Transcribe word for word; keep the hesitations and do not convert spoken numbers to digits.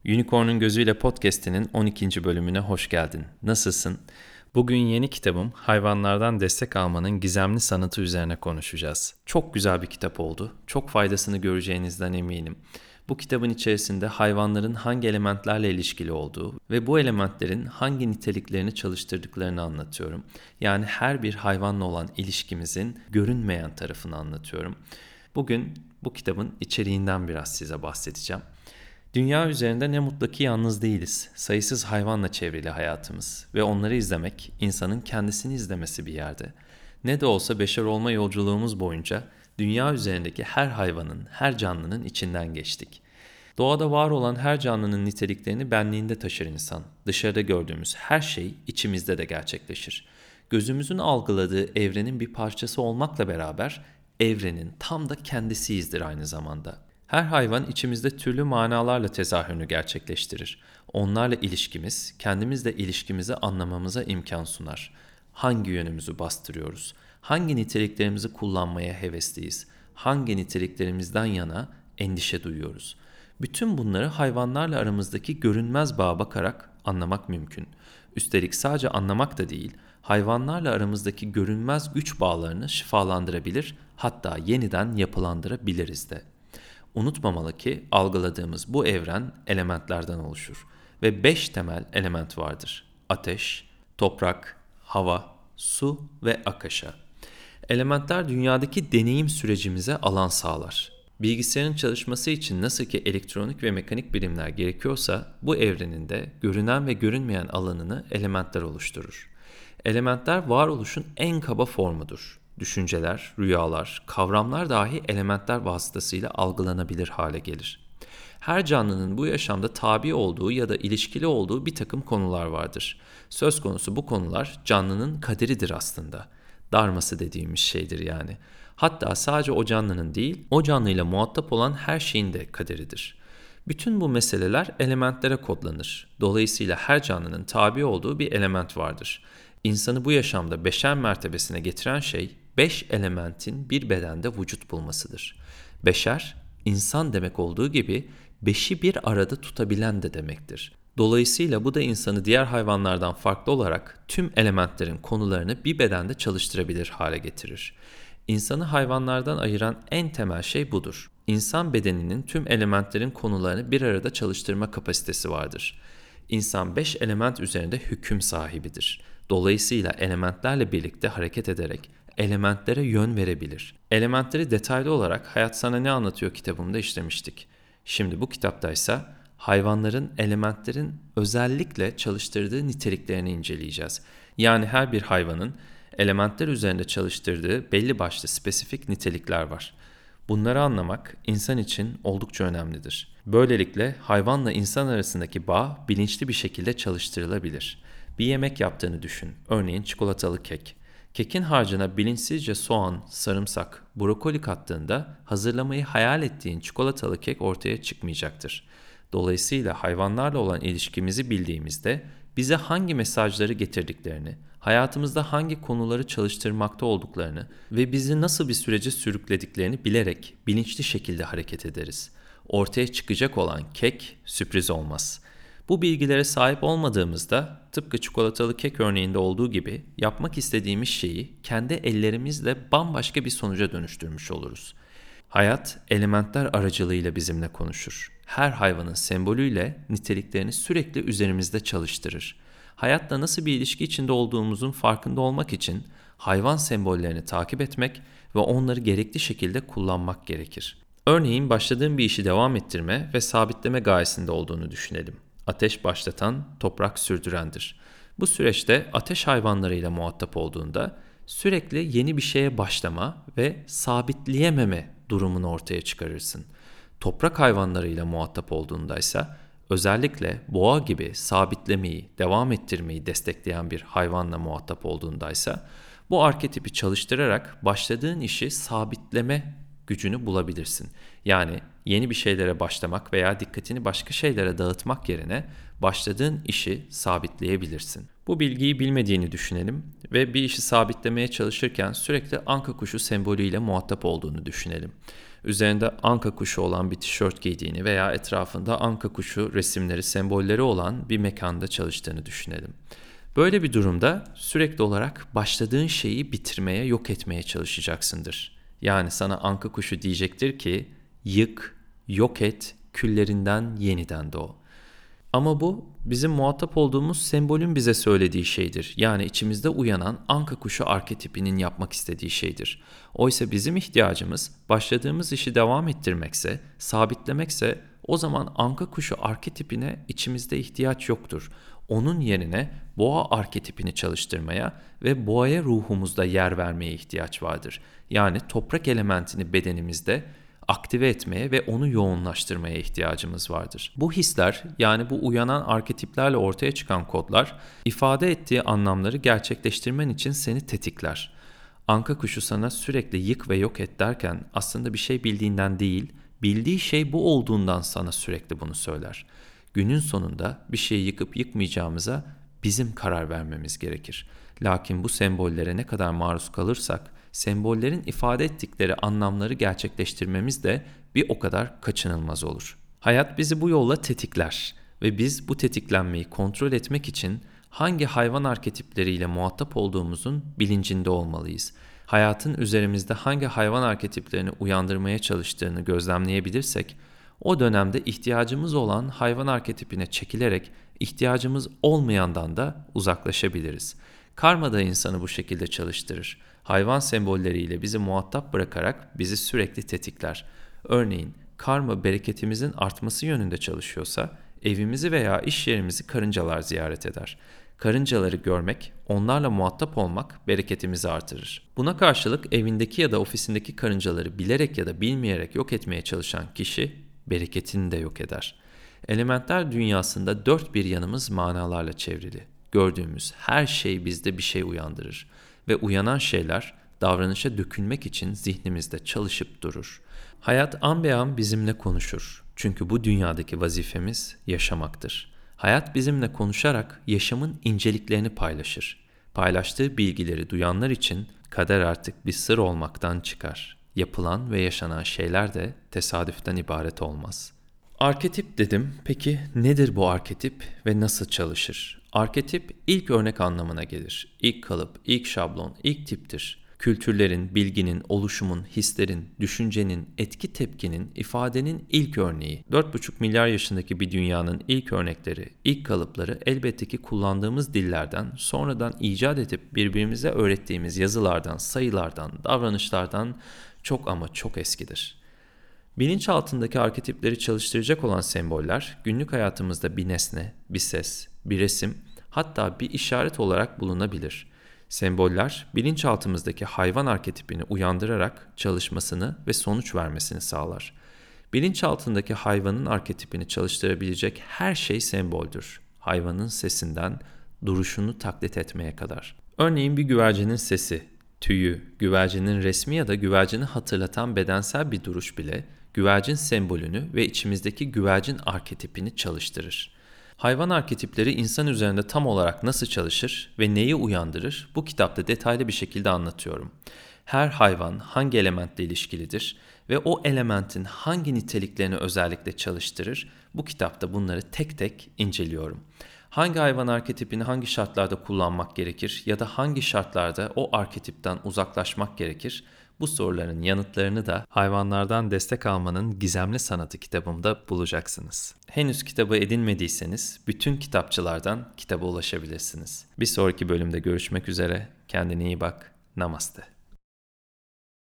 Unicorn'un Gözüyle Podcast'inin on ikinci bölümüne hoş geldin. Nasılsın? Bugün yeni kitabım Hayvanlardan Destek Almanın Gizemli Sanatı üzerine konuşacağız. Çok güzel bir kitap oldu. Çok faydasını göreceğinizden eminim. Bu kitabın içerisinde hayvanların hangi elementlerle ilişkili olduğu ve bu elementlerin hangi niteliklerini çalıştırdıklarını anlatıyorum. Yani her bir hayvanla olan ilişkimizin görünmeyen tarafını anlatıyorum. Bugün bu kitabın içeriğinden biraz size bahsedeceğim. Dünya üzerinde ne mutlu ki yalnız değiliz. Sayısız hayvanla çevrili hayatımız ve onları izlemek, insanın kendisini izlemesi bir yerde. Ne de olsa beşer olma yolculuğumuz boyunca dünya üzerindeki her hayvanın, her canlının içinden geçtik. Doğada var olan her canlının niteliklerini benliğinde taşır insan. Dışarıda gördüğümüz her şey içimizde de gerçekleşir. Gözümüzün algıladığı evrenin bir parçası olmakla beraber evrenin tam da kendisiyizdir aynı zamanda. Her hayvan içimizde türlü manalarla tezahürünü gerçekleştirir. Onlarla ilişkimiz, kendimizle ilişkimizi anlamamıza imkan sunar. Hangi yönümüzü bastırıyoruz? Hangi niteliklerimizi kullanmaya hevesliyiz? Hangi niteliklerimizden yana endişe duyuyoruz? Bütün bunları hayvanlarla aramızdaki görünmez bağa bakarak anlamak mümkün. Üstelik sadece anlamak da değil, hayvanlarla aramızdaki görünmez güç bağlarını şifalandırabilir, hatta yeniden yapılandırabiliriz de. Unutmamalı ki algıladığımız bu evren elementlerden oluşur ve beş temel element vardır. Ateş, toprak, hava, su ve akasha. Elementler dünyadaki deneyim sürecimize alan sağlar. Bilgisayarın çalışması için nasıl ki elektronik ve mekanik birimler gerekiyorsa bu evrenin de görünen ve görünmeyen alanını elementler oluşturur. Elementler varoluşun en kaba formudur. Düşünceler, rüyalar, kavramlar dahi elementler vasıtasıyla algılanabilir hale gelir. Her canlının bu yaşamda tabi olduğu ya da ilişkili olduğu bir takım konular vardır. Söz konusu bu konular canlının kaderidir aslında. Darması dediğimiz şeydir yani. Hatta sadece o canlının değil, o canlıyla muhatap olan her şeyin de kaderidir. Bütün bu meseleler elementlere kodlanır. Dolayısıyla her canlının tabi olduğu bir element vardır. İnsanı bu yaşamda beşer mertebesine getiren şey, beş elementin bir bedende vücut bulmasıdır. Beşer, insan demek olduğu gibi beşi bir arada tutabilen de demektir. Dolayısıyla bu da insanı diğer hayvanlardan farklı olarak tüm elementlerin konularını bir bedende çalıştırabilir hale getirir. İnsanı hayvanlardan ayıran en temel şey budur. İnsan bedeninin tüm elementlerin konularını bir arada çalıştırma kapasitesi vardır. İnsan beş element üzerinde hüküm sahibidir. Dolayısıyla elementlerle birlikte hareket ederek elementlere yön verebilir. Elementleri detaylı olarak Hayat Sana Ne Anlatıyor kitabımda işlemiştik. Şimdi bu kitaptaysa hayvanların elementlerin özellikle çalıştırdığı niteliklerini inceleyeceğiz. Yani her bir hayvanın elementler üzerinde çalıştırdığı belli başlı spesifik nitelikler var. Bunları anlamak insan için oldukça önemlidir. Böylelikle hayvanla insan arasındaki bağ bilinçli bir şekilde çalıştırılabilir. Bir yemek yaptığını düşün, örneğin çikolatalı kek. Kekin harcına bilinçsizce soğan, sarımsak, brokoli kattığında hazırlamayı hayal ettiğin çikolatalı kek ortaya çıkmayacaktır. Dolayısıyla hayvanlarla olan ilişkimizi bildiğimizde bize hangi mesajları getirdiklerini, hayatımızda hangi konuları çalıştırmakta olduklarını ve bizi nasıl bir sürece sürüklediklerini bilerek bilinçli şekilde hareket ederiz. Ortaya çıkacak olan kek sürpriz olmaz. Bu bilgilere sahip olmadığımızda tıpkı çikolatalı kek örneğinde olduğu gibi yapmak istediğimiz şeyi kendi ellerimizle bambaşka bir sonuca dönüştürmüş oluruz. Hayat elementler aracılığıyla bizimle konuşur. Her hayvanın sembolüyle niteliklerini sürekli üzerimizde çalıştırır. Hayatla nasıl bir ilişki içinde olduğumuzun farkında olmak için hayvan sembollerini takip etmek ve onları gerekli şekilde kullanmak gerekir. Örneğin başladığım bir işi devam ettirme ve sabitleme gayesinde olduğunu düşünelim. Ateş başlatan, toprak sürdürendir. Bu süreçte ateş hayvanlarıyla muhatap olduğunda sürekli yeni bir şeye başlama ve sabitleyememe durumunu ortaya çıkarırsın. Toprak hayvanlarıyla muhatap olduğunda ise özellikle boğa gibi sabitlemeyi, devam ettirmeyi destekleyen bir hayvanla muhatap olduğunda ise bu arketipi çalıştırarak başladığın işi sabitleme gücünü bulabilirsin. Yani yeni bir şeylere başlamak veya dikkatini başka şeylere dağıtmak yerine başladığın işi sabitleyebilirsin. Bu bilgiyi bilmediğini düşünelim ve bir işi sabitlemeye çalışırken sürekli anka kuşu sembolüyle muhatap olduğunu düşünelim. Üzerinde anka kuşu olan bir tişört giydiğini veya etrafında anka kuşu resimleri, sembolleri olan bir mekanda çalıştığını düşünelim. Böyle bir durumda sürekli olarak başladığın şeyi bitirmeye, yok etmeye çalışacaksındır. Yani sana anka kuşu diyecektir ki yık, yok et, küllerinden yeniden doğ. Ama bu bizim muhatap olduğumuz sembolün bize söylediği şeydir. Yani içimizde uyanan anka kuşu arketipinin yapmak istediği şeydir. Oysa bizim ihtiyacımız başladığımız işi devam ettirmekse, sabitlemekse o zaman anka kuşu arketipine içimizde ihtiyaç yoktur. Onun yerine boğa arketipini çalıştırmaya ve boğaya ruhumuzda yer vermeye ihtiyaç vardır. Yani toprak elementini bedenimizde aktive etmeye ve onu yoğunlaştırmaya ihtiyacımız vardır. Bu hisler, yani bu uyanan arketiplerle ortaya çıkan kodlar, ifade ettiği anlamları gerçekleştirmen için seni tetikler. Anka kuşu sana sürekli yık ve yok et derken aslında bir şey bildiğinden değil, bildiği şey bu olduğundan sana sürekli bunu söyler. Günün sonunda bir şeyi yıkıp yıkmayacağımıza bizim karar vermemiz gerekir. Lakin bu sembollere ne kadar maruz kalırsak, sembollerin ifade ettikleri anlamları gerçekleştirmemiz de bir o kadar kaçınılmaz olur. Hayat bizi bu yolla tetikler ve biz bu tetiklenmeyi kontrol etmek için hangi hayvan arketipleriyle muhatap olduğumuzun bilincinde olmalıyız. Hayatın üzerimizde hangi hayvan arketiplerini uyandırmaya çalıştığını gözlemleyebilirsek, o dönemde ihtiyacımız olan hayvan arketipine çekilerek ihtiyacımız olmayandan da uzaklaşabiliriz. Karma da insanı bu şekilde çalıştırır. Hayvan sembolleriyle bizi muhatap bırakarak bizi sürekli tetikler. Örneğin karma bereketimizin artması yönünde çalışıyorsa evimizi veya iş yerimizi karıncalar ziyaret eder. Karıncaları görmek, onlarla muhatap olmak bereketimizi artırır. Buna karşılık evindeki ya da ofisindeki karıncaları bilerek ya da bilmeyerek yok etmeye çalışan kişi bereketini de yok eder. Elementler dünyasında dört bir yanımız manalarla çevrili. Gördüğümüz her şey bizde bir şey uyandırır ve uyanan şeyler davranışa dökülmek için zihnimizde çalışıp durur. Hayat an be an bizimle konuşur. Çünkü bu dünyadaki vazifemiz yaşamaktır. Hayat bizimle konuşarak yaşamın inceliklerini paylaşır. Paylaştığı bilgileri duyanlar için kader artık bir sır olmaktan çıkar. Yapılan ve yaşanan şeyler de tesadüften ibaret olmaz. Arketip dedim. Peki nedir bu arketip ve nasıl çalışır? Arketip ilk örnek anlamına gelir. İlk kalıp, ilk şablon, ilk tiptir. Kültürlerin, bilginin, oluşumun, hislerin, düşüncenin, etki tepkinin, ifadenin ilk örneği. dört buçuk milyar yaşındaki bir dünyanın ilk örnekleri, ilk kalıpları elbette ki kullandığımız dillerden, sonradan icat edip birbirimize öğrettiğimiz yazılardan, sayılardan, davranışlardan çok ama çok eskidir. Bilinçaltındaki arketipleri çalıştıracak olan semboller, günlük hayatımızda bir nesne, bir ses, bir resim, hatta bir işaret olarak bulunabilir. Semboller, bilinçaltımızdaki hayvan arketipini uyandırarak çalışmasını ve sonuç vermesini sağlar. Bilinçaltındaki hayvanın arketipini çalıştırabilecek her şey semboldür. Hayvanın sesinden duruşunu taklit etmeye kadar. Örneğin bir güvercinin sesi, tüyü, güvercinin resmi ya da güvercini hatırlatan bedensel bir duruş bile güvercin sembolünü ve içimizdeki güvercin arketipini çalıştırır. Hayvan arketipleri insan üzerinde tam olarak nasıl çalışır ve neyi uyandırır bu kitapta detaylı bir şekilde anlatıyorum. Her hayvan hangi elementle ilişkilidir ve o elementin hangi niteliklerini özellikle çalıştırır bu kitapta bunları tek tek inceliyorum. Hangi hayvan arketipini hangi şartlarda kullanmak gerekir ya da hangi şartlarda o arketipten uzaklaşmak gerekir? Bu soruların yanıtlarını da Hayvanlardan Destek Almanın Gizemli Sanatı kitabımda bulacaksınız. Henüz kitabı edinmediyseniz bütün kitapçılardan kitaba ulaşabilirsiniz. Bir sonraki bölümde görüşmek üzere. Kendine iyi bak. Namaste.